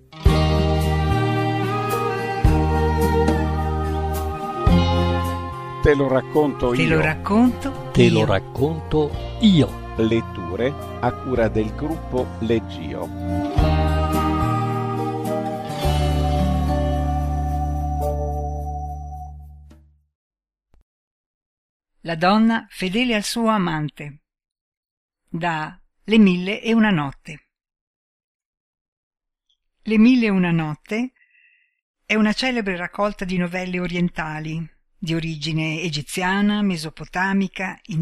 Te lo racconto io. Te lo racconto Te io. lo racconto io. Letture a cura del gruppo Leggio. La donna fedele al suo amante. Da Le 1001 notte. Le 1001 notte è una celebre raccolta di novelle orientali di origine egiziana, mesopotamica,